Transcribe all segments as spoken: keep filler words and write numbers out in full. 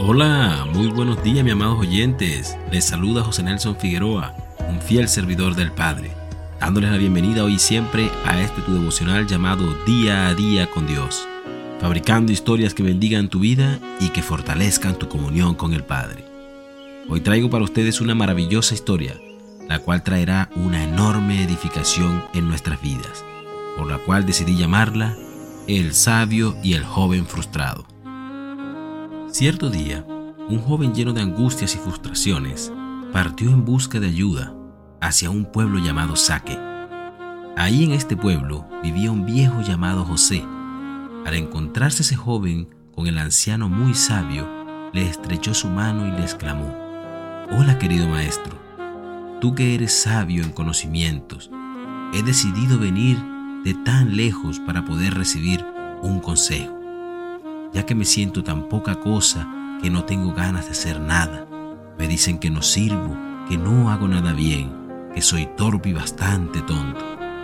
Hola, muy buenos días, mis amados oyentes. Les saluda José Nelson Figueroa, un fiel servidor del Padre, dándoles la bienvenida hoy y siempre a este tu devocional llamado Día a Día con Dios, fabricando historias que bendigan tu vida y que fortalezcan tu comunión con el Padre. Hoy traigo para ustedes una maravillosa historia, la cual traerá una enorme edificación en nuestras vidas, por la cual decidí llamarla El sabio y el joven frustrado. Cierto día, un joven lleno de angustias y frustraciones partió en busca de ayuda hacia un pueblo llamado Saque. Ahí en este pueblo vivía un viejo llamado José. Al encontrarse ese joven con el anciano muy sabio, le estrechó su mano y le exclamó: «Hola, querido maestro, tú que eres sabio en conocimientos, he decidido venir de tan lejos para poder recibir un consejo, ya que me siento tan poca cosa que no tengo ganas de hacer nada. Me dicen que no sirvo, que no hago nada bien, que soy torpe y bastante tonto.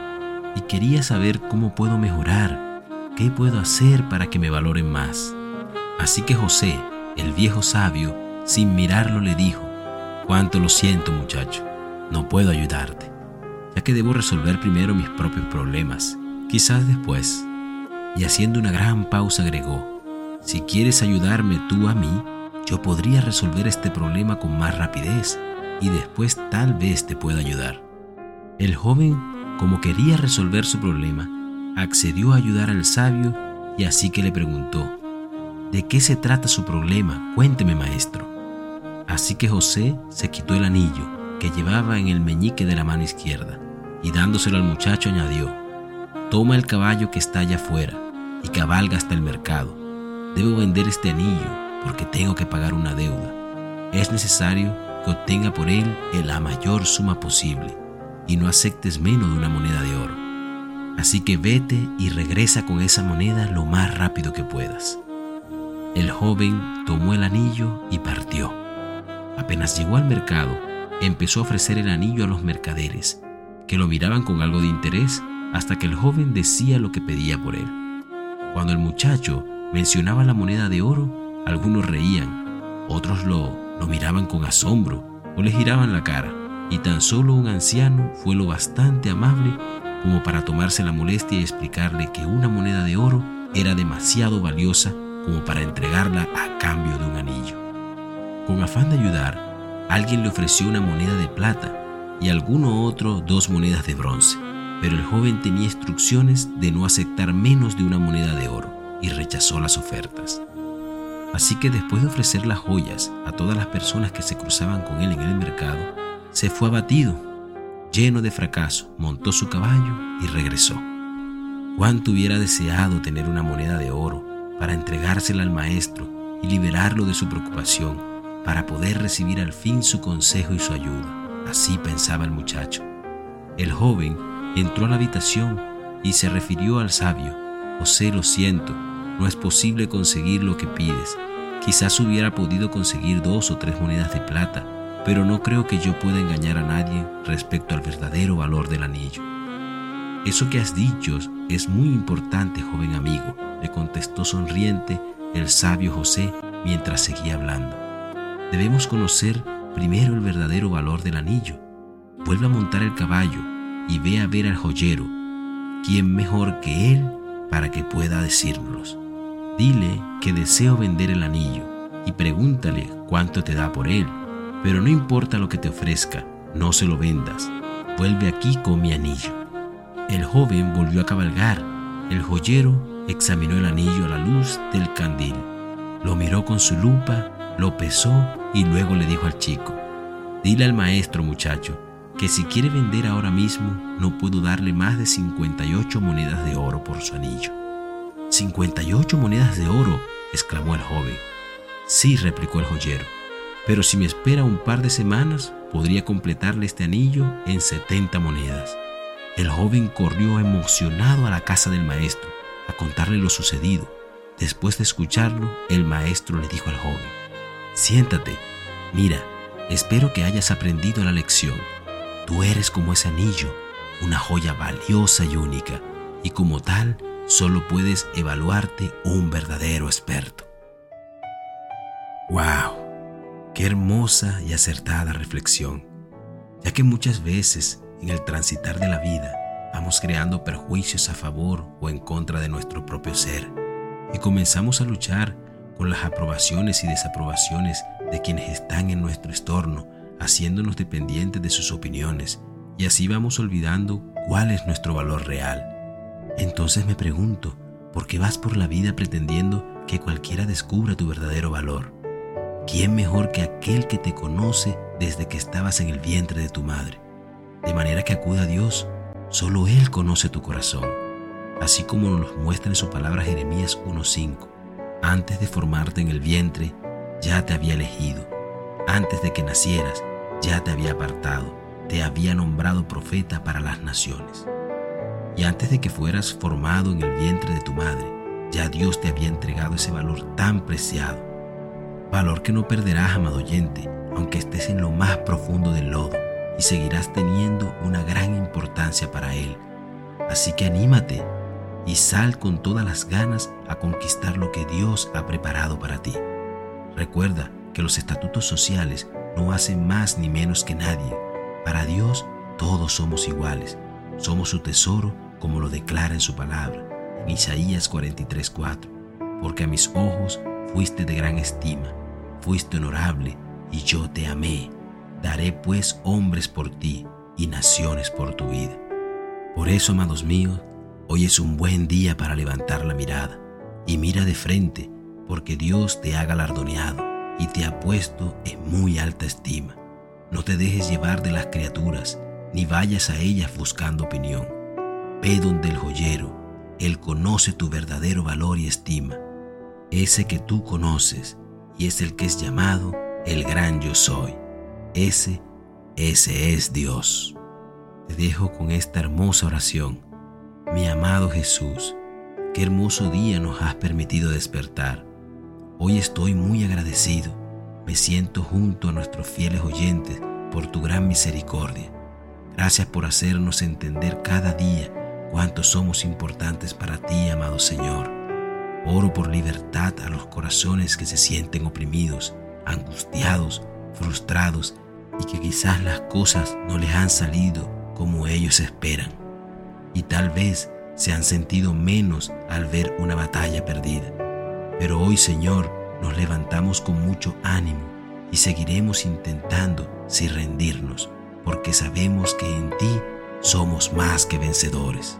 Y quería saber cómo puedo mejorar, qué puedo hacer para que me valoren más». Así que José, el viejo sabio, sin mirarlo le dijo: «Cuánto lo siento, muchacho, no puedo ayudarte, ya que debo resolver primero mis propios problemas, quizás después». Y haciendo una gran pausa agregó: «Si quieres ayudarme tú a mí, yo podría resolver este problema con más rapidez y después tal vez te pueda ayudar». El joven, como quería resolver su problema, accedió a ayudar al sabio y así que le preguntó: «¿De qué se trata su problema? Cuénteme, maestro». Así que José se quitó el anillo que llevaba en el meñique de la mano izquierda y dándoselo al muchacho añadió: «Toma el caballo que está allá afuera y cabalga hasta el mercado. Debo vender este anillo porque tengo que pagar una deuda. Es necesario que obtenga por él la mayor suma posible y no aceptes menos de una moneda de oro. Así que vete y regresa con esa moneda lo más rápido que puedas». El joven tomó el anillo y partió. Apenas llegó al mercado, empezó a ofrecer el anillo a los mercaderes, que lo miraban con algo de interés hasta que el joven decía lo que pedía por él. Cuando el muchacho mencionaba la moneda de oro, algunos reían, otros lo, lo miraban con asombro o le giraban la cara, y tan solo un anciano fue lo bastante amable como para tomarse la molestia y explicarle que una moneda de oro era demasiado valiosa como para entregarla a cambio de un anillo. Con afán de ayudar, alguien le ofreció una moneda de plata y alguno otro dos monedas de bronce, pero el joven tenía instrucciones de no aceptar menos de una moneda de oro y rechazó las ofertas. Así que después de ofrecer las joyas a todas las personas que se cruzaban con él en el mercado, se fue abatido, lleno de fracaso, montó su caballo y regresó. Cuánto hubiera deseado tener una moneda de oro para entregársela al maestro y liberarlo de su preocupación, para poder recibir al fin su consejo y su ayuda. Así pensaba el muchacho. El joven entró a la habitación y se refirió al sabio: «José, lo siento, no es posible conseguir lo que pides. Quizás hubiera podido conseguir dos o tres monedas de plata, pero no creo que yo pueda engañar a nadie respecto al verdadero valor del anillo». «Eso que has dicho es muy importante, joven amigo», le contestó sonriente el sabio José mientras seguía hablando. «Debemos conocer primero el verdadero valor del anillo. Vuelve a montar el caballo y ve a ver al joyero. ¿Quién mejor que él para que pueda decírnoslos? Dile que deseo vender el anillo y pregúntale cuánto te da por él. Pero no importa lo que te ofrezca, no se lo vendas. Vuelve aquí con mi anillo». El joven volvió a cabalgar. El joyero examinó el anillo a la luz del candil, lo miró con su lupa, lo pesó y luego le dijo al chico: «Dile al maestro, muchacho, que si quiere vender ahora mismo, no puedo darle más de cincuenta y ocho monedas de oro por su anillo». «¿cincuenta y ocho monedas de oro?», exclamó el joven. «Sí», replicó el joyero, «pero si me espera un par de semanas, podría completarle este anillo en setenta monedas». El joven corrió emocionado a la casa del maestro a contarle lo sucedido. Después de escucharlo, el maestro le dijo al joven: «Siéntate, mira, espero que hayas aprendido la lección. Tú eres como ese anillo, una joya valiosa y única, y como tal, solo puedes evaluarte un verdadero experto». ¡Wow! ¡Qué hermosa y acertada reflexión! Ya que muchas veces en el transitar de la vida vamos creando perjuicios a favor o en contra de nuestro propio ser y comenzamos a luchar con las aprobaciones y desaprobaciones de quienes están en nuestro entorno, haciéndonos dependientes de sus opiniones, y así vamos olvidando cuál es nuestro valor real. Entonces me pregunto, ¿por qué vas por la vida pretendiendo que cualquiera descubra tu verdadero valor? ¿Quién mejor que aquel que te conoce desde que estabas en el vientre de tu madre? De manera que acuda a Dios, solo Él conoce tu corazón, así como nos muestra en su palabra Jeremías uno cinco. Antes de formarte en el vientre, ya te había elegido. Antes de que nacieras, ya te había apartado. Te había nombrado profeta para las naciones. Y antes de que fueras formado en el vientre de tu madre, ya Dios te había entregado ese valor tan preciado. Valor que no perderás, amado oyente, aunque estés en lo más profundo del lodo, y seguirás teniendo una gran importancia para Él. Así que anímate y sal con todas las ganas a conquistar lo que Dios ha preparado para ti. Recuerda que los estatutos sociales no hacen más ni menos que nadie. Para Dios todos somos iguales. Somos su tesoro, como lo declara en su palabra, en Isaías cuarenta y tres cuatro. Porque a mis ojos fuiste de gran estima, fuiste honorable, y yo te amé. Daré pues hombres por ti y naciones por tu vida. Por eso, amados míos, hoy es un buen día para levantar la mirada y mira de frente, porque Dios te ha galardoneado y te ha puesto en muy alta estima. No te dejes llevar de las criaturas, ni vayas a ellas buscando opinión. Ve donde el joyero, Él conoce tu verdadero valor y estima, ese que tú conoces, y es el que es llamado el gran yo soy. Ese, ese es Dios. Te dejo con esta hermosa oración. Mi amado Jesús, qué hermoso día nos has permitido despertar. Hoy estoy muy agradecido. Me siento junto a nuestros fieles oyentes por tu gran misericordia. Gracias por hacernos entender cada día cuánto somos importantes para ti, amado Señor. Oro por libertad a los corazones que se sienten oprimidos, angustiados, frustrados y que quizás las cosas no les han salido como ellos esperan. Y tal vez se han sentido menos al ver una batalla perdida. Pero hoy, Señor, nos levantamos con mucho ánimo y seguiremos intentando sin rendirnos, porque sabemos que en ti somos más que vencedores.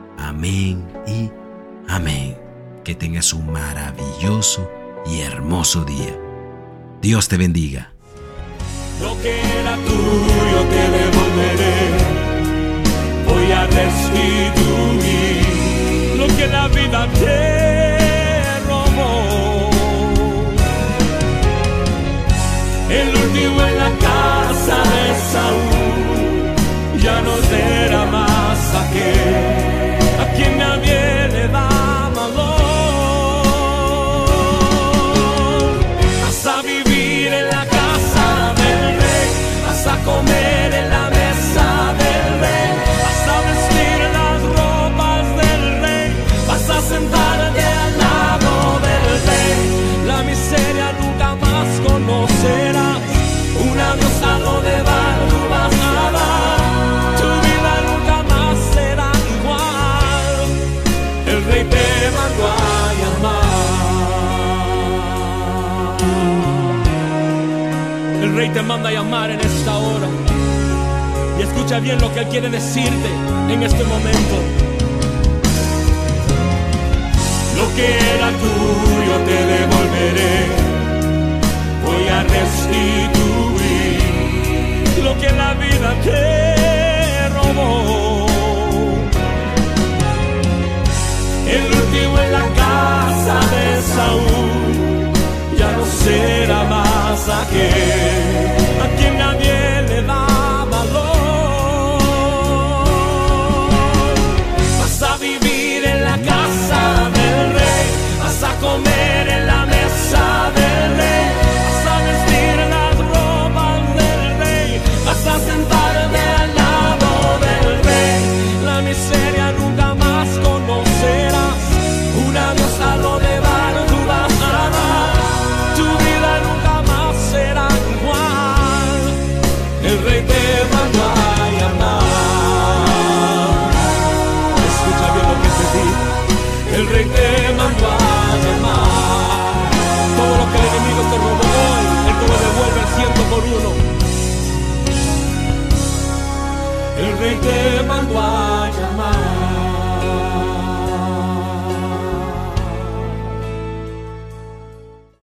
Amén y amén. Que tengas un maravilloso y hermoso día. Dios te bendiga. Lo que era tuyo te devolveré. Voy a restituir lo que la vida te robó. El último en la casa de Saúl ya no será más aquel a quien nadie le da valor. Vas a vivir en la casa del rey, vas a comer en la mesa del rey, vas a vestir las ropas del rey, vas a sentarte al lado del rey. La miseria nunca más conocerás, un adiós a lo de bar tú vas a dar. Tu vida nunca más será igual, el rey te mandó a llamar. El rey te manda a llamar en esta hora. Y escucha bien lo que Él quiere decirte en este momento. Lo que era tuyo te devolveré. Voy a restituir lo que la vida te robó. El último en la casa de Saúl ya no será más aquel a quien nadie le da valor. Vas a vivir en la casa del rey, vas a comer en la mesa del rey, vas a vestir las ropas del rey, vas a sentarte al lado del rey. La miseria nunca más conocerás, un adiós a lo de bar tú vas a dar. Tu vida nunca rey te mandó a